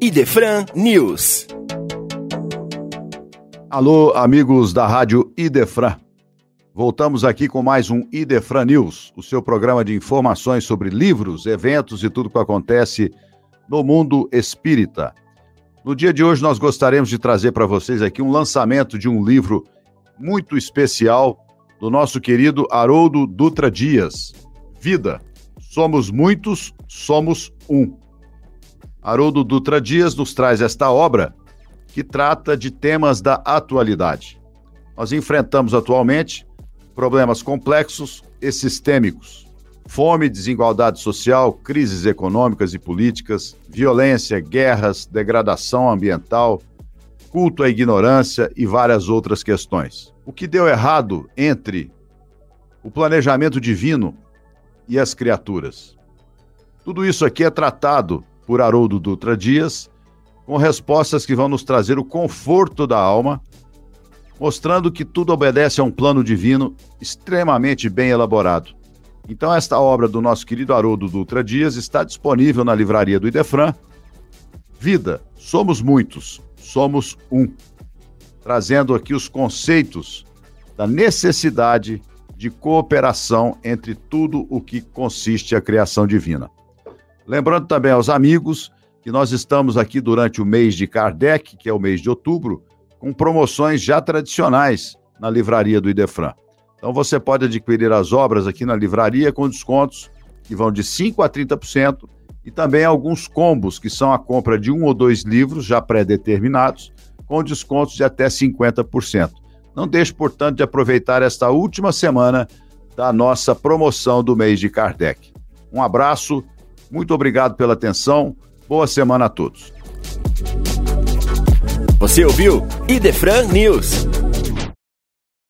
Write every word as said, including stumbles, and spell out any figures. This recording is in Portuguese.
Idefran News. Alô, amigos da Rádio Idefran. Voltamos aqui com mais um Idefran News, o seu programa de informações sobre livros, eventos e tudo que acontece no mundo espírita. No dia de hoje nós gostaríamos de trazer para vocês aqui um lançamento de um livro muito especial do nosso querido Haroldo Dutra Dias. Vida, somos muitos, somos um. Haroldo Dutra Dias nos traz esta obra que trata de temas da atualidade. Nós enfrentamos atualmente problemas complexos e sistêmicos: fome, desigualdade social, crises econômicas e políticas, violência, guerras, degradação ambiental, culto à ignorância e várias outras questões. O que deu errado entre o planejamento divino e as criaturas? Tudo isso aqui é tratado por Haroldo Dutra Dias, com respostas que vão nos trazer o conforto da alma, mostrando que tudo obedece a um plano divino extremamente bem elaborado. Então esta obra do nosso querido Haroldo Dutra Dias está disponível na livraria do Idefran. Vida, somos muitos, somos um. Trazendo aqui os conceitos da necessidade de cooperação entre tudo o que consiste a criação divina. Lembrando também aos amigos que nós estamos aqui durante o mês de Kardec, que é o mês de outubro, com promoções já tradicionais na livraria do Idefran. Então você pode adquirir as obras aqui na livraria com descontos que vão de cinco por cento a trinta por cento e também alguns combos, que são a compra de um ou dois livros já pré-determinados, com descontos de até cinquenta por cento. Não deixe, portanto, de aproveitar esta última semana da nossa promoção do mês de Kardec. Um abraço, muito obrigado pela atenção, boa semana a todos. Você ouviu Idefran News.